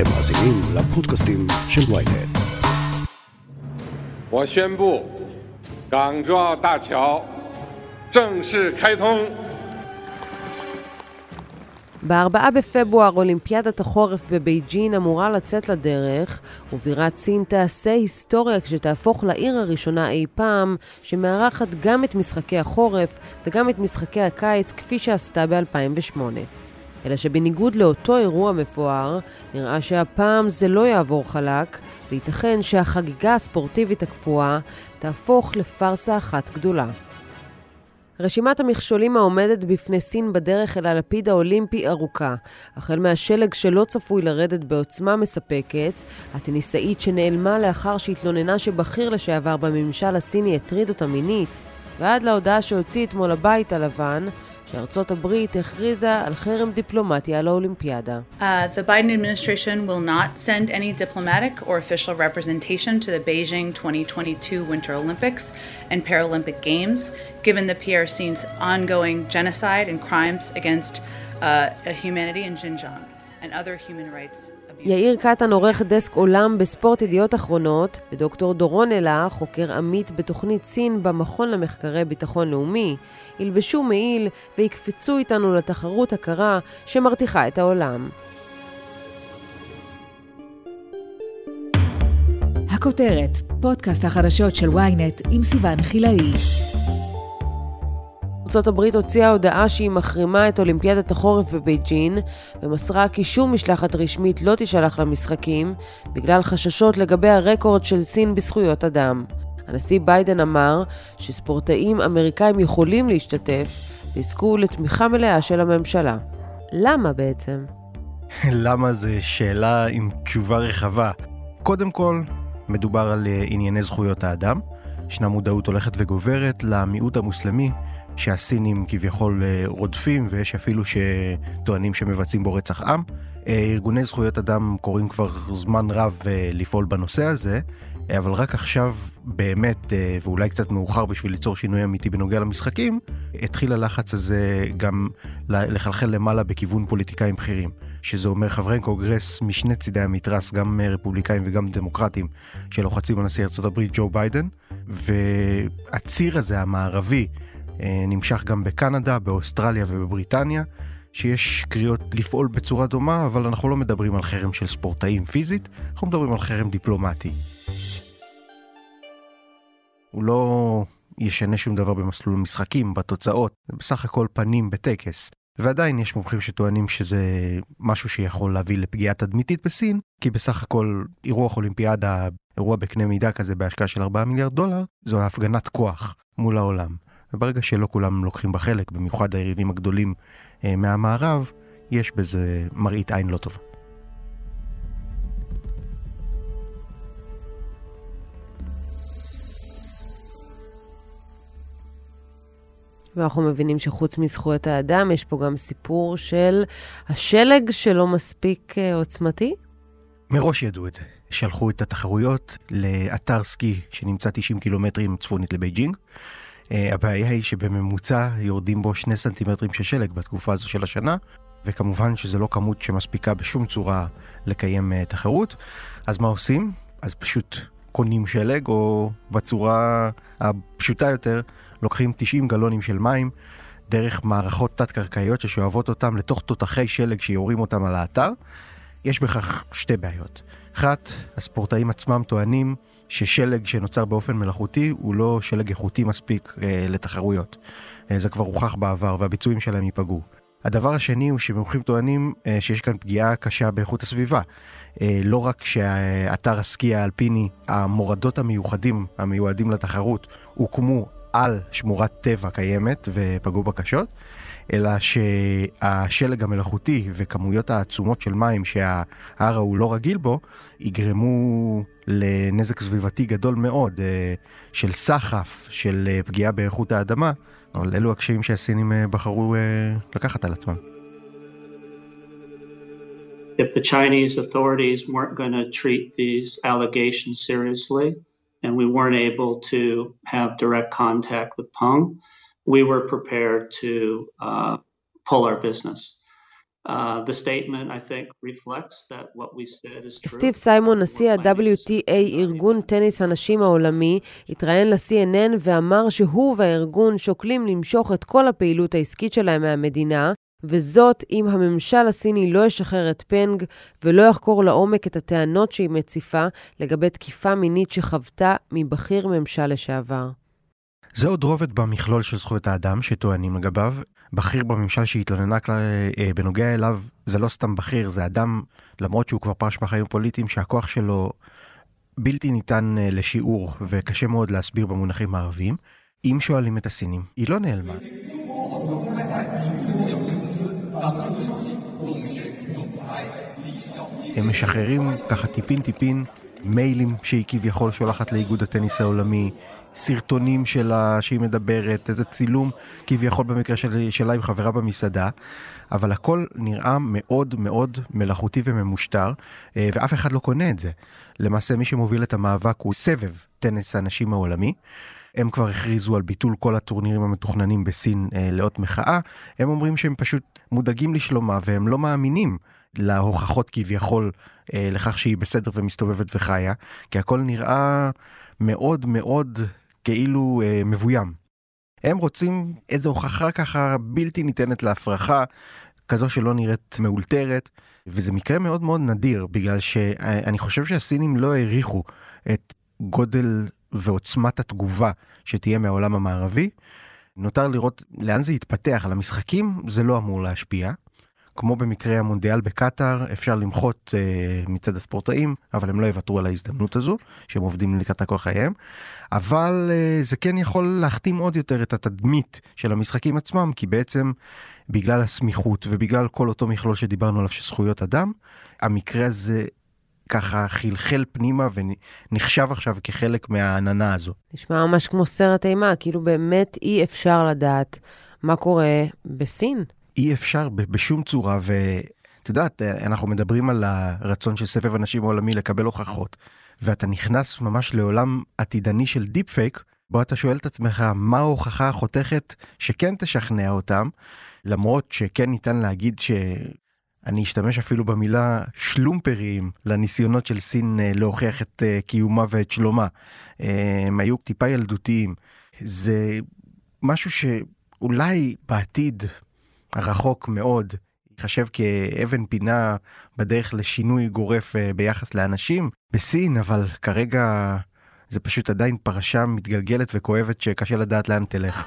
אתם מאזינים לפודקאסטים של ynet. 我宣布港珠澳大桥正式开通. ב-4 בפברואר אולימפיאדת החורף בבייג'ין אמורה לצאת לדרך, ובירת סין תעשה היסטוריה כשתהפוך לעיר הראשונה אי פעם שמארחת גם את משחקי החורף וגם את משחקי הקיץ כפי שעשתה ב-2008. אלא שבניגוד לאותו אירוע מפואר, נראה שהפעם זה לא יעבור חלק, וייתכן שהחגיגה הספורטיבית הקפואה תהפוך לפרסה אחת גדולה. רשימת המכשולים העומדת בפני סין בדרך אל הלפיד האולימפי ארוכה, החל מהשלג שלא צפוי לרדת בעוצמה מספקת, הטניסאית שנעלמה לאחר שהתלוננה שבכיר לשעבר בממשל הסיני הטריד אותה מינית, ועד להודעה שהוציא אתמול הבית הלבן, שארצות הברית הכריזה על חרם דיפלומטי על האולימפיאדה. The Biden administration will not send any diplomatic or official representation to the Beijing 2022 Winter Olympics and Paralympic Games, given the PRC's ongoing genocide and crimes against humanity in Xinjiang and other human rights. יאיר קטן עורך דסק עולם בספורט ידיעות אחרונות, ודוקטור דורון אלה, חוקר עמית בתוכנית סין במכון למחקרי ביטחון לאומי, ילבשו מעיל ויקפצו איתנו לתחרות הקרה שמרתיחה את העולם. הכותרת, פודקאסט החדשות של ynet עם סיוון חילאי. ארצות הברית הוציאה הודעה שהיא מחרימה את אולימפיאדת החורף בבייג'ין, ומסרה כי שום משלחת רשמית לא תשלח למשחקים, בגלל חששות לגבי הרקורד של סין בזכויות אדם. הנשיא ביידן אמר שספורטאים אמריקאים יכולים להשתתף, ועסקו לתמיכה מלאה של הממשלה. למה בעצם? למה זה שאלה עם תשובה רחבה. קודם כל, מדובר על ענייני זכויות האדם. ישנה מודעות הולכת וגוברת למיעוט המוסלמי, שהסינים כביכול רודפים, ויש אפילו שטוענים שמבצעים בו רצח עם. ארגוני זכויות אדם קוראים כבר זמן רב לפעול בנושא הזה, אבל רק עכשיו באמת, ואולי קצת מאוחר בשביל ליצור שינוי אמיתי בנוגע למשחקים, התחיל הלחץ הזה גם לחלחל למעלה בכיוון פוליטיקאים בכירים, שזה אומר חברי קונגרס משני צידי המתרס, גם רפובליקאים וגם דמוקרטים, שלוחצים על נשיא ארצות הברית ג'ו ביידן, והציר הזה המערבי נמשך גם בקנדה, באוסטרליה ובבריטניה, שיש קריאות לפעול בצורה דומה, אבל אנחנו לא מדברים על חרם של ספורטאים פיזית, אנחנו מדברים על חרם דיפלומטי. הוא לא ישנה שום דבר במסלול משחקים, בתוצאות, זה בסך הכל פנים בטקס. ועדיין יש מומחים שטוענים שזה משהו שיכול להביא לפגיעה תדמיתית בסין, כי בסך הכל אירוח אולימפיאדה, אירוע בקנה מידה כזה בהשקעה של $4 מיליארד, זו הפגנת כוח מול העולם. וברגע שלא כולם לוקחים בחלק, במיוחד היריבים הגדולים מהמערב, יש בזה מראית עין לא טובה. ואנחנו מבינים שחוץ מזכויות האדם, יש פה גם סיפור של השלג שלא מספיק עוצמתי? מראש ידעו את זה. שלחו את התחרויות לאתר סקי שנמצא 90 קילומטרים צפונית לבייג'ינג. הבעיה היא שבממוצע יורדים בו 2 סנטימטרים של שלג בתקופה הזו של השנה, וכמובן שזה לא כמות שמספיקה בשום צורה לקיים תחרות. אז מה עושים? אז פשוט קונים שלג, או בצורה הפשוטה יותר, לוקחים 90 גלונים של מים דרך מערכות תת-קרקעיות ששואבות אותם לתוך תותחי שלג שיורים אותם על האתר. יש בכך 2 בעיות. אחת, הספורטאים עצמם טוענים ששלג שנוצר באופן מלאכותי הוא לא שלג איכותי מספיק לתחרויות. זה כבר הוכח בעבר והביצועים שלהם ייפגעו. הדבר השני הוא שמומחים טוענים שיש כאן פגיעה קשה באיכות הסביבה. לא רק שהאתר הסקי האלפיני, המורדות המיועדים לתחרות, הוקמו על שמורת טבע קיימת ופגעו בקשות, אלא שהשלג המלאכותי וכמויות העצומות של מים שההר הוא לא רגיל בו, יגרמו לנזק סביבתי גדול מאוד, של סחף, של פגיעה באיכות האדמה, אבל אלו הקשיים שהסינים בחרו לקחת על עצמם. If the Chinese authorities weren't going to treat these allegations seriously, and we weren't able to have direct contact with Peng, we were prepared to pull our business. The statement, I think, reflects that what we said is true. סטיב סיימון, נשיא ה-WTA, ארגון טניס הנשים העולמי, התראיין ל-CNN ואמר שהוא והארגון שוקלים למשוך את כל הפעילות העסקית שלהם מהמדינה, וזאת אם הממשל הסיני לא ישחרר את פנג ולא יחקור לעומק את הטענות שהיא מציפה לגבי תקיפה מינית שחוותה מבכיר ממשל לשעבר. זה עוד רובד במכלול של זכויות האדם שטוענים לגביו. בכיר בממשל שהתלוננה בנוגע אליו, זה לא סתם בכיר, זה אדם, למרות שהוא כבר פרש בחיים פוליטיים, שהכוח שלו בלתי ניתן לשיעור וקשה מאוד להסביר במונחים מערביים. אם שואלים את הסינים, היא לא נעלמה. הם משחררים ככה טיפין מיילים שהיא כביכול שולחת לאיגוד הטניס העולמי, סרטונים שלה שהיא מדברת, איזה צילום כביכול במקרה שלה עם חברה במסעדה, אבל הכל נראה מאוד מאוד מלאכותי וממושטר, ואף אחד לא קונה את זה. למעשה מי שמוביל את המאבק הוא סבב טניס האנשים העולמי. הם כבר הכריזו על ביטול כל הטורנירים המתוכננים בסין לאות מחאה. הם אומרים שהם פשוט מודאגים לשלומה והם לא מאמינים להוכחות כביכול לכך שהיא בסדר ומסתובבת וחיה, כי הכל נראה מאוד מאוד כאילו מבוים. הם רוצים איזו הוכחה ככה בלתי ניתנת להפרחה, כזו שלא נראית מאולתרת, וזה מקרה מאוד מאוד נדיר, בגלל שאני חושב שהסינים לא העריכו את גודל ועוצמת התגובה שתהיה מהעולם המערבי. נותר לראות לאן זה יתפתח. על המשחקים זה לא אמור להשפיע. כמו במקרה המונדיאל בקטר, אפשר למחות מצד הספורטאים, אבל הם לא יוותרו על ההזדמנות הזו, שהם עובדים לקטר כל חייהם. אבל זה כן יכול להחתים עוד יותר את התדמית של המשחקים עצמם, כי בעצם בגלל הסמיכות ובגלל כל אותו מכלול שדיברנו עליו של זכויות אדם, המקרה הזה ככה חלחל פנימה ונחשב עכשיו כחלק מהעננה הזו. נשמע ממש כמו סרט אימה, כאילו באמת אי אפשר לדעת מה קורה בסין. אי אפשר בשום צורה, ואת יודעת, אנחנו מדברים על הרצון של סבב אנשים העולמי לקבל הוכחות, ואתה נכנס ממש לעולם עתידני של דיפ פייק, בו אתה שואל את עצמך מה ההוכחה החותכת שכן תשכנע אותם, למרות שכן ניתן להגיד אני אשתמש אפילו במילה שלומפריים לניסיונות של סין להוכיח את קיומה ואת שלומה. הם היו טיפה ילדותיים. זה משהו שאולי בעתיד הרחוק מאוד יחשב כאבן פינה בדרך לשינוי גורף ביחס לאנשים בסין, אבל כרגע זה פשוט עדיין פרשה מתגלגלת וכואבת שקשה לדעת לאן תלך.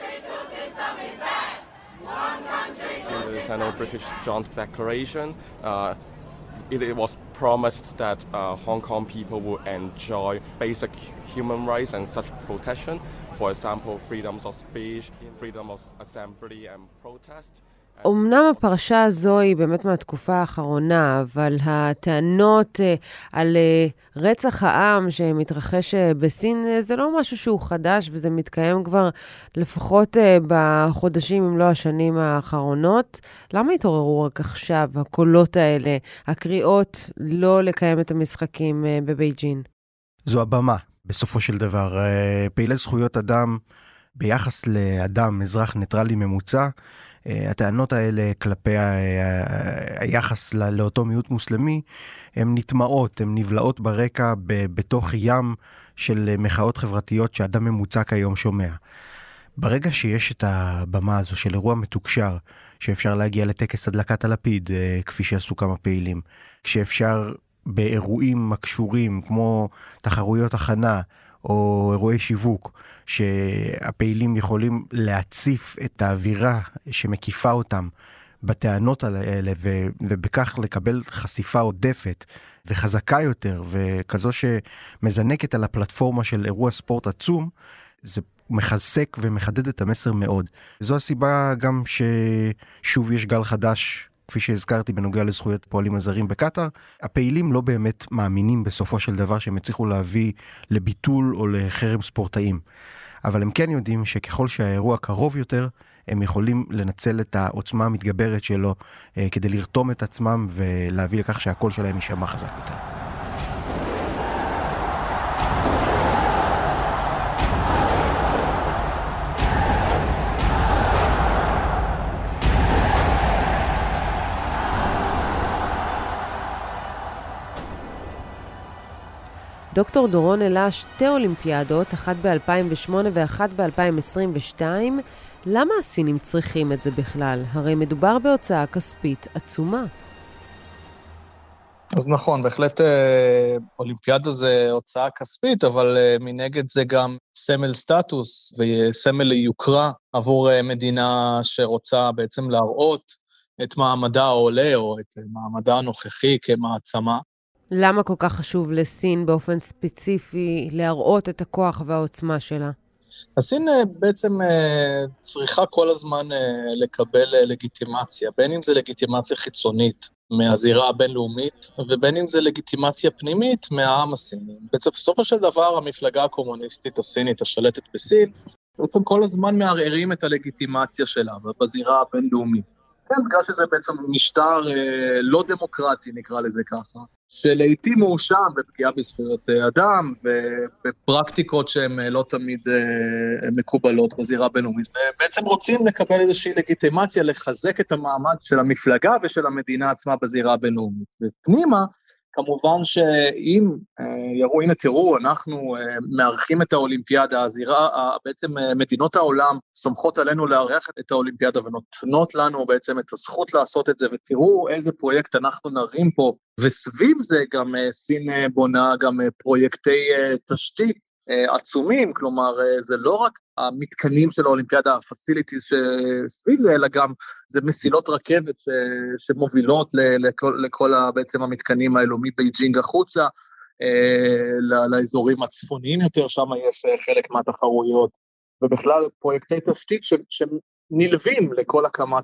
British Joint Declaration, it was promised that Hong Kong people will enjoy basic human rights and such protection. For example, freedoms of speech, freedom of assembly and protest. אמנם הפרשה הזו היא באמת מהתקופה האחרונה, אבל הטענות על רצח העם שמתרחש בסין זה לא משהו שהוא חדש, וזה מתקיים כבר לפחות בחודשים אם לא השנים האחרונות. למה התעוררו רק עכשיו הקולות האלה, הקריאות לא לקיים את המשחקים בבייג'ין? זו הבמה בסופו של דבר. פעילי זכויות אדם ביחס לאדם, אזרח ניטרלי ממוצע, הטענות האלה כלפי היחס לאותו מיעוט מוסלמי, הן נטמעות, הן נבלעות ברקע בתוך ים של מחאות חברתיות שאדם ממוצע כיום שומע. ברגע שיש את הבמה הזו של אירוע מתוקשר, שאפשר להגיע לטקס הדלקת הלפיד, כפי שעשו כמה פעילים, כשאפשר באירועים הקשורים כמו תחרויות הכנה, או אירועי שיווק, שהפעילים יכולים להציף את האווירה שמקיפה אותם בטענות האלה, ובכך לקבל חשיפה עודפת וחזקה יותר, וכזו שמזנקת על הפלטפורמה של אירוע ספורט עצום, זה מחזק ומחדד את המסר מאוד. זו הסיבה גם ששוב יש גל חדש, כפי שהזכרתי בנוגע לזכויות פועלים הזרים בקטר. הפעילים לא באמת מאמינים בסופו של דבר שהם הצליחו להביא לביטול או לחרם ספורטאים. אבל הם כן יודעים שככל שהאירוע קרוב יותר, הם יכולים לנצל את העוצמה המתגברת שלו כדי לרתום את עצמם ולהביא לכך שהקול שלהם יישמע חזק יותר. דוקטור דורון העלה שתי אולימפיאדות, אחת ב-2008 ואחת ב-2022. למה הסינים צריכים את זה בכלל? הרי מדובר בהוצאה כספית עצומה. אז נכון, בהחלט אולימפיאדה זה הוצאה כספית, אבל מנגד זה גם סמל סטטוס וסמל ליוקרה עבור מדינה שרוצה בעצם להראות את מעמדה העולה או את מעמדה הנוכחי כמעצמה. למה כל כך חשוב לסין באופן ספציפי להראות את הכוח והעוצמה שלה? הסין בעצם צריכה כל הזמן לקבל לגיטימציה, בין אם זה לגיטימציה חיצונית מהזירה הבינלאומית, ובין אם זה לגיטימציה פנימית מהעם הסיני. בסופו של דבר המפלגה הקומוניסטית הסינית השלטת בסין, בעצם כל הזמן מערערים את הלגיטימציה שלה בזירה הבינלאומית. כן, בגלל שזה בעצם משטר לא דמוקרטי, נקרא לזה ככה, שלעיתים מואשם בפגיעה בזכויות אדם ובפרקטיקות שהן לא תמיד מקובלות בזירה הבינלאומית, ובעצם רוצים לקבל איזושהי לגיטימציה, לחזק את המעמד של המפלגה ושל המדינה עצמה בזירה הבינלאומית. ופנימה, כמובן שאם יראו, הנה תראו, אנחנו מארחים את האולימפיאדה, בעצם מדינות העולם סומכות עלינו לארח את האולימפיאדה ונותנות לנו בעצם את הזכות לעשות את זה, ותראו איזה פרויקט אנחנו נרים פה, וסביב זה גם סין בונה גם פרויקטי תשתית עצומים, כלומר זה לא רק המתקנים של האולימפיאדה, הפסיליטיז שסביב זה, אלא גם זה מסילות רכבת שמובילות לכל בעצם המתקנים האלו, מבייג'ינג החוצה, לאזורים הצפוניים יותר, שם יש חלק מהתחרויות, ובכלל פרויקטי תשתית שנלווים לכל הקמת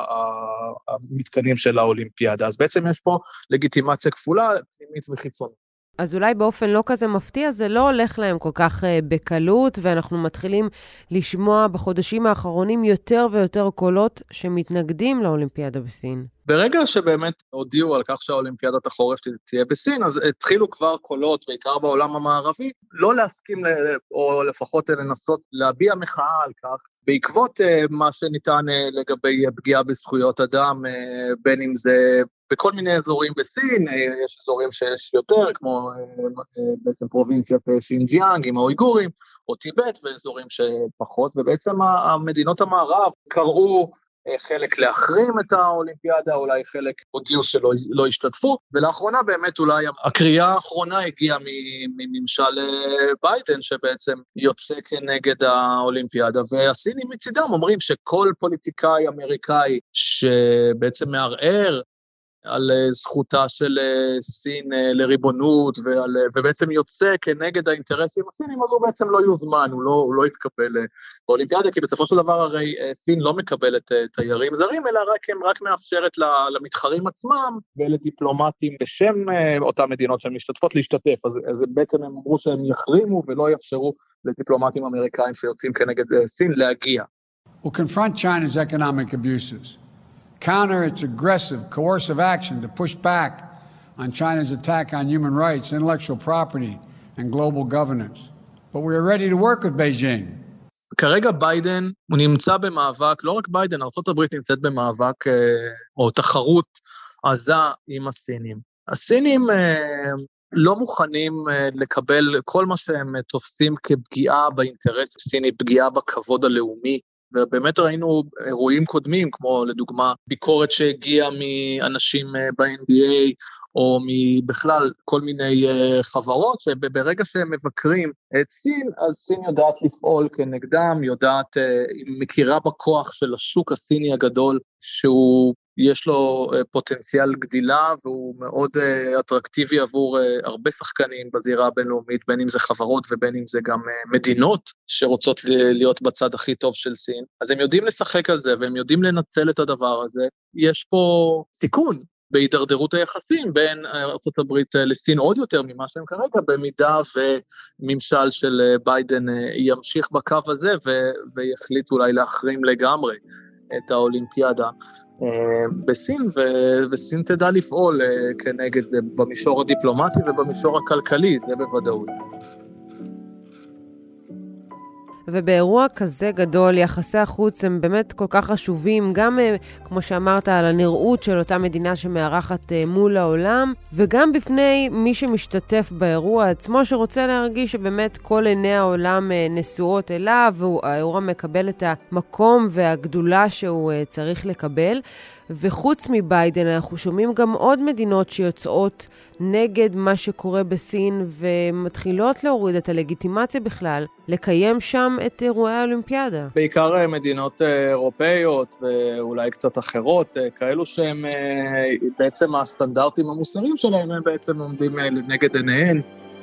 המתקנים של האולימפיאדה, אז בעצם יש פה לגיטימציה כפולה, פנימית וחיצונית. אז אולי באופן לא כזה מפתיע, זה לא הולך להם כל כך בקלות, ואנחנו מתחילים לשמוע בחודשים האחרונים יותר ויותר קולות שמתנגדים לאולימפיאדה בסין. ברגע שבאמת הודיעו על כך שהאולימפיאדת החורף תהיה בסין, אז התחילו כבר קולות, בעיקר בעולם המערבי, לא להסכים או לפחות לנסות להביע מחאה על כך, בעקבות מה שניתן לגבי פגיעה בזכויות אדם, בין אם זה בכל מיני אזורים בסין, יש אזורים שיש יותר, כמו בעצם פרובינציית סינג'יאנג עם האויגורים, או טיבט, ואזורים שפחות, ובעצם המדינות המערב קראו חלק להחרים את האולימפיאדה, אולי חלק הודיעו שלא השתתפו, ולאחרונה באמת אולי הקריאה האחרונה הגיעה מממשל ביידן, שבעצם יוצא כנגד האולימפיאדה, והסינים מצידם אומרים שכל פוליטיקאי אמריקאי שבעצם מערער על זכותה של סין לריבונות, ובעצם יוצא כנגד האינטרסים הסינים, אז הוא בעצם לא יוזמן, הוא לא יתקבל באולימפיאדה, כי בסופו של דבר הרי סין לא מקבלת תיירים זרים, אלא רק מאפשרת למתחרים עצמם, ולדיפלומטים בשם אותם מדינות שהן משתתפות להשתתף, אז בעצם הם אמרו שהם יחרימו ולא יאפשרו לדיפלומטים אמריקאים שיוצאים כנגד סין להגיע. Will confront China's economic abuses. Counter its aggressive, coercive action to push back on China's attack on human rights, intellectual property, and global governance. But we are ready to work with Beijing. כרגע ביידן הוא נמצא במאבק, לא רק ביידן, ארצות הברית נמצאת במאבק או תחרות עזה עם הסינים. הסינים לא מוכנים לקבל כל מה שהם תופסים כפגיעה באינטרס הסיני, פגיעה בכבוד הלאומי, ובאמת ראינו אירועים קודמים, כמו לדוגמה ביקורת שהגיעה מאנשים ב-NBA, או בכלל כל מיני חברות, שברגע שהם מבקרים את סין, אז סין יודעת לפעול כנגדם, יודעת, היא מכירה בכוח של השוק הסיני הגדול, יש לו פוטנציאל גדילה, והוא מאוד אטרקטיבי עבור הרבה שחקנים בזירה הבינלאומית, בין אם זה חברות ובין אם זה גם מדינות שרוצות להיות בצד הכי טוב של סין. אז הם יודעים לשחק על זה, והם יודעים לנצל את הדבר הזה. יש פה סיכון בהידרדרות היחסים בין ארצות הברית לסין עוד יותר ממה שהם כרגע, במידה וממשל של ביידן ימשיך בקו הזה, ויחליט אולי להחרים לגמרי את האולימפיאדה בסין, וסין תדע לפעול כנגד זה במישור הדיפלומטי ובמישור הכלכלי, זה בוודאות. ובאירוע כזה גדול, יחסי החוץ הם באמת כל כך חשובים, גם כמו שאמרת על הנראות של אותה מדינה שמארחת מול העולם, וגם בפני מי שמשתתף באירוע עצמו, שרוצה להרגיש שבאמת כל עיני העולם נשואות אליו, והאירוע מקבל את המקום והגדולה שהוא צריך לקבל. וחוץ מביידן אנחנו שומעים גם עוד מדינות שיוצאות נגד מה שקורה בסין ומתחילות להוריד את הלגיטימציה בכלל, לקיים שם את אירועי האולימפיאדה. בעיקר מדינות אירופאיות ואולי קצת אחרות, כאלו שהם בעצם הסטנדרטים המוסריים שלהם הם בעצם עומדים נגד עיניהן.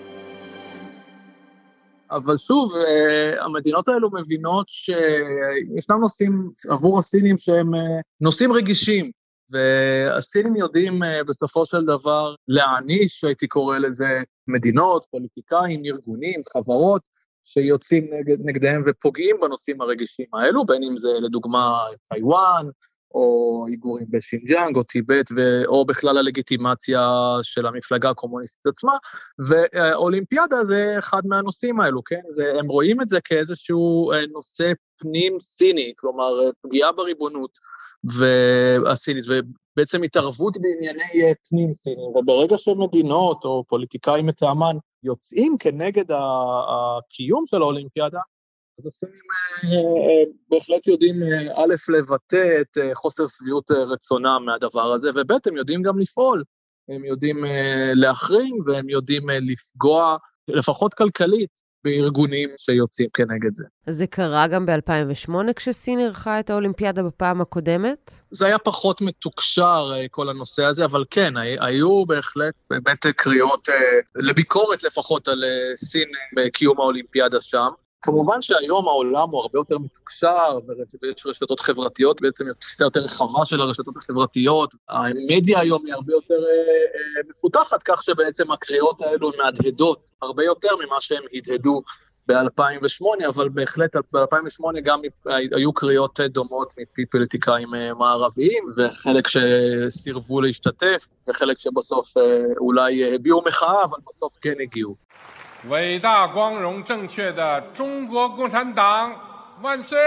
אבל שוב, המדינות האלו מבינות שישנם נושאים עבור הסינים שהם נושאים רגישים, והסינים יודעים בסופו של דבר להעניש, הייתי קורא לזה מדינות, פוליטיקאים, ארגונים, חברות, שיוצאים נגדיהם ופוגעים בנושאים הרגישים האלו, בין אם זה לדוגמה טיואן, או איגורים בשינג'אנג, או טיבט, או בכלל הלגיטימציה של המפלגה הקומוניסטית עצמה, ואולימפיאדה זה אחד מהנושאים האלו, כן? הם רואים את זה כאיזשהו נושא פנים סיני, כלומר פגיעה בריבונות והסינית, ובעצם התערבות בענייני פנים סינים, וברגע שמדינות או פוליטיקאים מטעמן יוצאים כנגד הקיום של האולימפיאדה, אז הסינים בהחלט יודעים א' לבטא את חוסר שביעות רצונם מהדבר הזה, וב' הם יודעים גם לפעול, הם יודעים להחרים, והם יודעים לפגוע, לפחות כלכלית, בארגונים שיוצאים כנגד זה. זה קרה גם ב-2008 כשסין ערכה את האולימפיאדה בפעם הקודמת? זה היה פחות מתוקשר כל הנושא הזה, אבל כן, היו בהחלט באמת קריאות לביקורת לפחות על סין בקיום האולימפיאדה שם. כמובן שהיום העולם הוא הרבה יותר מתוקשר, ויש רשתות חברתיות, בעצם תפיסה יותר רחבה של הרשתות החברתיות, המדיה היום היא הרבה יותר מפותחת, כך שבעצם הקריאות האלו מהדהדות הרבה יותר ממה שהם הדהדו ב-2008, אבל בהחלט ב-2008 גם היו קריאות דומות מפי פוליטיקאים מערביים, וחלק שסירבו להשתתף, וחלק שבסוף אולי הביעו מחאה, אבל בסוף כן הגיעו. 伟大光荣正确的中国共产党万岁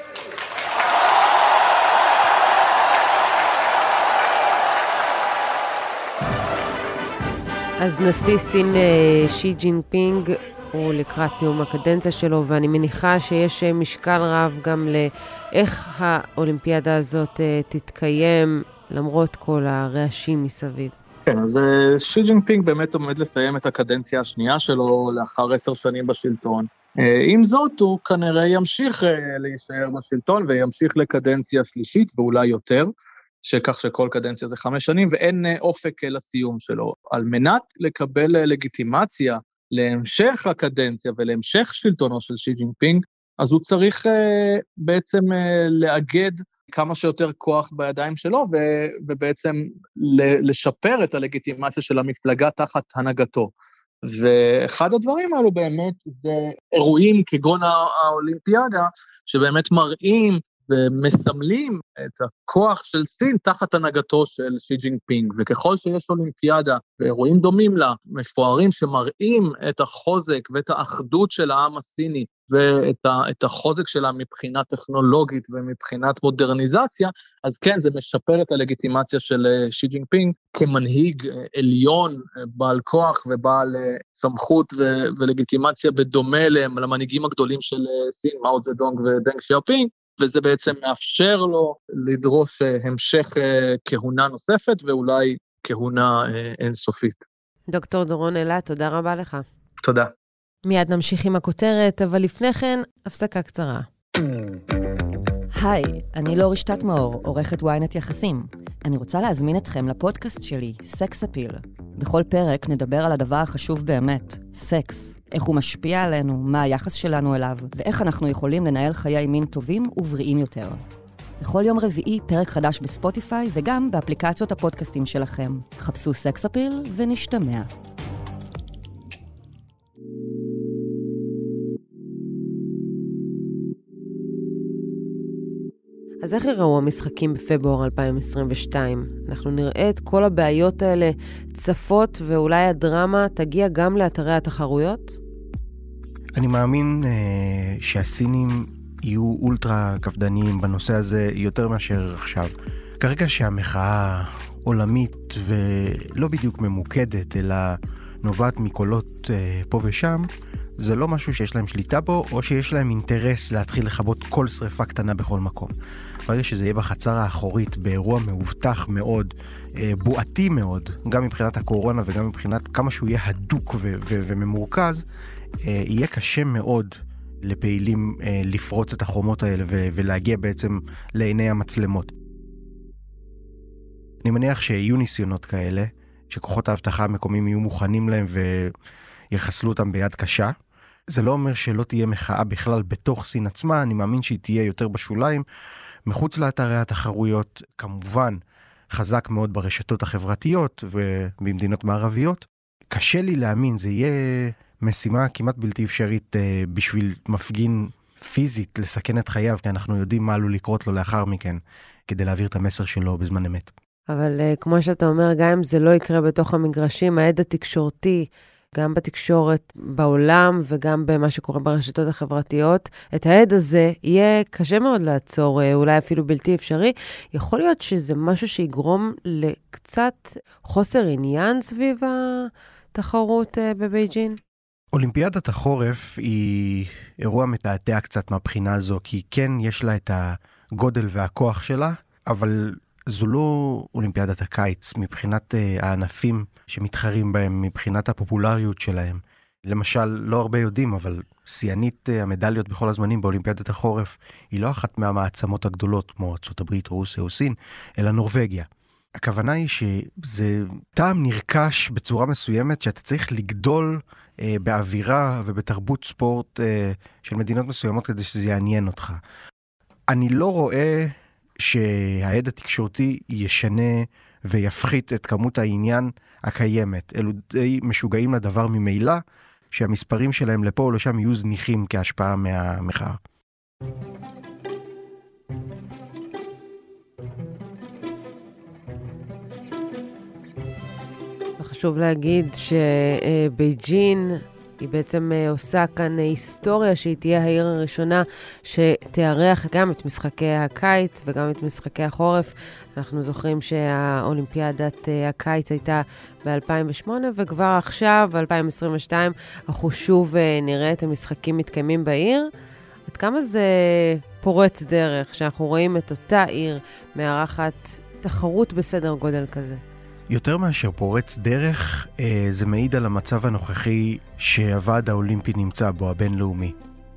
אז נשיא סין שי ג'ינפינג הוא לקראת סיום הקדנציה שלו, ואני מניחה שיש משקל רב גם לאיך האולימפיאדה הזאת תתקיים למרות כל הרעשים מסביב. כן, אז שי ג'ינפינג באמת עומד לסיים את הקדנציה השנייה שלו לאחר 10 שנים בשלטון. עם זאת, הוא כנראה ימשיך להישאר בשלטון וימשיך לקדנציה שלישית ואולי יותר, שכך שכל קדנציה זה 5 שנים, ואין אופק לסיום שלו. על מנת לקבל לגיטימציה להמשך הקדנציה ולהמשך שלטונו של שי ג'ינפינג, אז הוא צריך בעצם לאגד כמה שיותר כוח בידיים שלו, ובעצם לשפר את הלגיטימציה של המפלגה תחת הנהגתו. ואחד הדברים האלו באמת זה אירועים כגון האולימפיאדה, שבאמת מראים ומסמלים את הכוח של סין תחת הנהגתו של שי ג'ינפינג, וככל שיש אולימפיאדה ואירועים דומים לה, מפוארים שמראים את החוזק ואת האחדות של העם הסיני, ואת החוזק שלה מבחינה טכנולוגית ומבחינת מודרניזציה, אז כן, זה משפר את הלגיטימציה של שי ג'ינפינג כמנהיג עליון, בעל כוח ובעל סמכות ולגיטימציה בדומה למנהיגים הגדולים של סין, מאו צדונג ודנג שיאופינג, וזה בעצם מאפשר לו לדרוש המשך כהונה נוספת, ואולי כהונה אינסופית. דוקטור דורון אילת, תודה רבה לך. תודה. מיד נמשיך עם הכותרת, אבל לפני כן, הפסקה קצרה. היי, אני לא רשתת מאור, עורכת ynet יחסים. אני רוצה להזמין אתכם לפודקאסט שלי, סקס אפיל. בכל פרק נדבר על הדבר החשוב באמת, סקס. איך הוא משפיע עלינו, מה היחס שלנו אליו, ואיך אנחנו יכולים לנהל חיי מין טובים ובריאים יותר. בכל יום רביעי פרק חדש בספוטיפיי וגם באפליקציות הפודקאסטים שלכם. חפשו סקס אפיל ונשתמע. אז איך יראו המשחקים בפברואר 2022? אנחנו נראה את כל הבעיות האלה צפות, ואולי הדרמה תגיע גם לאתרי התחרויות? אני מאמין שהסינים יהיו אולטרה קפדניים בנושא הזה יותר מאשר עכשיו. כרגע שהמחאה עולמית ולא בדיוק ממוקדת, אלא נובעת מקולות פה ושם, זה לא משהו שיש להם שליטה בו, או שיש להם אינטרס להתחיל לכבות כל שריפה קטנה בכל מקום. ברגע שזה יהיה בחצר האחורית, באירוע מאובטח מאוד, בועתי מאוד, גם מבחינת הקורונה וגם מבחינת כמה שהוא יהיה הדוק וממורכז, יהיה קשה מאוד לפעילים לפרוץ את החומות האלה ולהגיע בעצם לעיני המצלמות. אני מניח שיהיו ניסיונות כאלה, שכוחות האבטחה המקומיים יהיו מוכנים להם ויחסלו אותם ביד קשה. זה לא אומר שלא תהיה מחאה בכלל בתוך סין עצמה, אני מאמין שהיא תהיה יותר בשוליים, מחוץ לאתרי התחרויות, כמובן חזק מאוד ברשתות החברתיות ובמדינות מערביות. קשה לי להאמין, זה יהיה משימה כמעט בלתי אפשרית בשביל מפגין פיזית לסכן את חייו, כי אנחנו יודעים מה עלול לקרות לו לאחר מכן, כדי להעביר את המסר שלו בזמן אמת. אבל כמו שאתה אומר, גם אם זה לא יקרה בתוך המגרשים, העד התקשורתי, גם בתקשורת בעולם וגם במה שקורה ברשתות החברתיות, את העד הזה יהיה קשה מאוד לעצור, אולי אפילו בלתי אפשרי. יכול להיות שזה משהו שיגרום לקצת חוסר עניין סביב התחרות בבייג'ין? אולימפיאדת החורף היא אירוע מתעתע קצת מהבחינה הזו, כי כן יש לה את הגודל והכוח שלה, אבל זו לא אולימפיאדת הקיץ מבחינת הענפים שמתחרים בהם, מבחינת הפופולריות שלהם. למשל, לא הרבה יודעים, אבל שיאנית המדליות בכל הזמנים באולימפיאדת החורף היא לא אחת מהמעצמות הגדולות, כמו ארצות הברית, רוסיה או סין, אלא נורווגיה. הכוונה היא שזה טעם נרכש בצורה מסוימת, שאתה צריך לגדול באווירה ובתרבות ספורט של מדינות מסוימות כדי שזה יעניין אותך. אני לא רואה שהעד התקשורתי ישנה ויפחית את כמות העניין הקיימת. אלו די משוגעים לדבר ממילא, שהמספרים שלהם לפה או לשם יהיו זניחים כהשפעה מהמחאה. חשוב להגיד שבייג'ין היא בעצם עושה כאן היסטוריה שהיא תהיה העיר הראשונה שתארח גם את משחקי הקיץ וגם את משחקי החורף. אנחנו זוכרים שהאולימפיאדת הקיץ הייתה ב-2008 וכבר עכשיו, ב-2022, אנחנו שוב נראה את המשחקים מתקיימים בעיר. עד כמה זה פורץ דרך שאנחנו רואים את אותה עיר מארחת תחרות בסדר גודל כזה? יותר מאשר פורץ דרך, זה מעיד על המצב הנוכחי שהוועד האולימפי נמצא בו, הבינלאומי.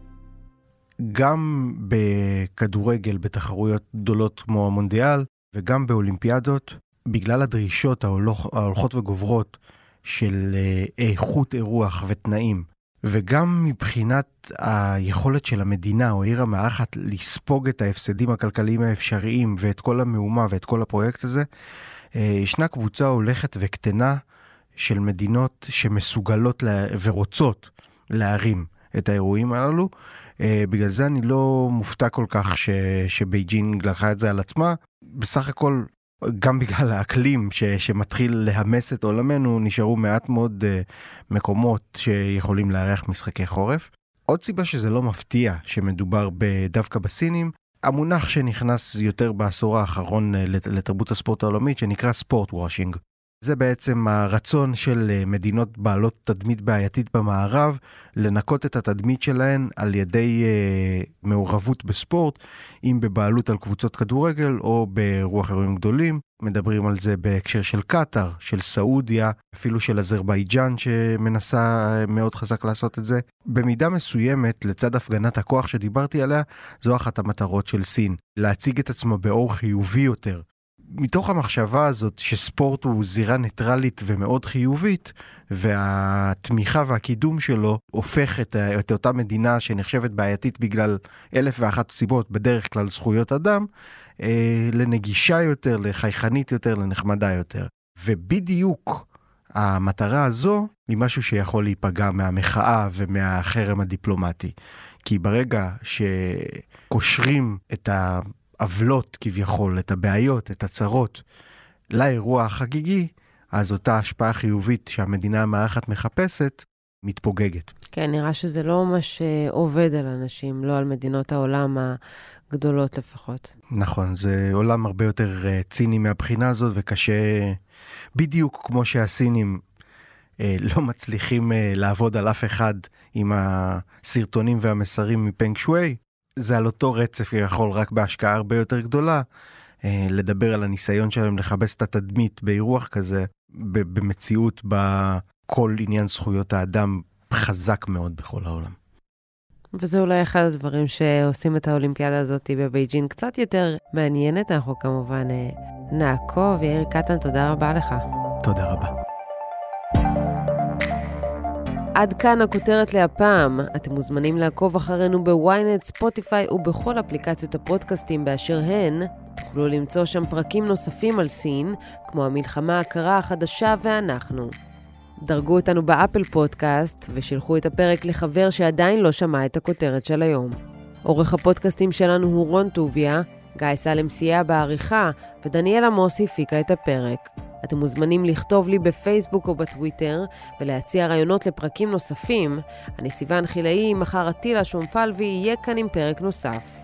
גם בכדורגל, בתחרויות גדולות כמו המונדיאל, וגם באולימפיאדות, בגלל הדרישות ההולכות וגוברות של איכות אירוח ותנאים, וגם מבחינת היכולת של המדינה או עיר המארחת לספוג את ההפסדים הכלכליים האפשריים ואת כל המהומה ואת כל הפרויקט הזה, ישנה קבוצה הולכת וקטנה של מדינות שמסוגלות ורוצות להרים את האירועים הללו. בגלל זה אני לא מופתע כל כך שבייג'ין לקחה את זה על עצמה. בסך הכל, גם בגלל האקלים שמתחיל להמס את עולמנו, נשארו מעט מאוד מקומות שיכולים לארח משחקי חורף. עוד סיבה שזה לא מפתיע שמדובר דווקא בסינים, המונח שנכנס יותר בעשור האחרון לתרבות הספורט העולמית, שנקרא ספורט וושינג. זה בעצם הרצון של מדינות בעלות תדמית בעייתית במערב, לנקות את התדמית שלהן על ידי מעורבות בספורט, אם בבעלות על קבוצות כדורגל או ברוח אירועים גדולים. מדברים על זה בהקשר של קטר, של סעודיה, אפילו של אזרבייג'אן שמנסה מאוד חזק לעשות את זה. במידה מסוימת, לצד הפגנת הכוח שדיברתי עליה, זו אחת המטרות של סין, להציג את עצמה באור חיובי יותר. מתוך המחשבה הזאת שספורט הוא זירה ניטרלית ומאוד חיובית, והתמיכה והקידום שלו הופך את אותה מדינה שנחשבת בעייתית בגלל 1001 סיבות, בדרך כלל זכויות אדם, לנגישה יותר, לחייכנית יותר, לנחמדה יותר. ובדיוק המטרה הזו היא משהו שיכול להיפגע מהמחאה ומהחרם הדיפלומטי. כי ברגע שקושרים את העוולות כביכול, את הבעיות, את הצרות, לאירוע החגיגי, אז אותה השפעה חיובית שהמדינה המארחת מחפשת, מתפוגגת. כן, נראה שזה לא ממש עובד על אנשים, לא על מדינות העולם הגדולות לפחות. נכון, זה עולם הרבה יותר ציני מהבחינה הזאת, וקשה, בדיוק כמו שהסינים לא מצליחים לעבוד על אף אחד עם הסרטונים והמסרים מפנג שווי, זה על אותו רצף יכול רק בהשקעה הרבה יותר גדולה, לדבר על הניסיון שלהם לחבש את התדמית באירוח כזה, במציאות בכל עניין זכויות האדם חזק מאוד בכל העולם. וזה אולי אחד הדברים שעושים את האולימפיאדה הזאת בבייג'ין קצת יותר מעניינת. אנחנו כמובן נעקוב. יאיר קטן, תודה רבה לך. תודה רבה. עד כאן הכותרת להפעם. אתם מוזמנים לעקוב אחרינו בוויינט, ספוטיפיי ובכל אפליקציות הפודקאסטים באשר הן. תוכלו למצוא שם פרקים נוספים על סין, כמו המלחמה הקרה החדשה ואנחנו. דרגו אותנו באפל פודקאסט ושלחו את הפרק לחבר שעדיין לא שמע את הכותרת של היום. עורך הפודקאסטים שלנו הוא רון טוביה, גיא סלם סייע בעריכה ודניאל עמוס הפיקה את הפרק. אתם מוזמנים לכתוב לי בפייסבוק או בטוויטר ולהציע רעיונות לפרקים נוספים. אני סיוון חילאי, מחר עטילה שומפלבי יהיה כאן עם פרק נוסף.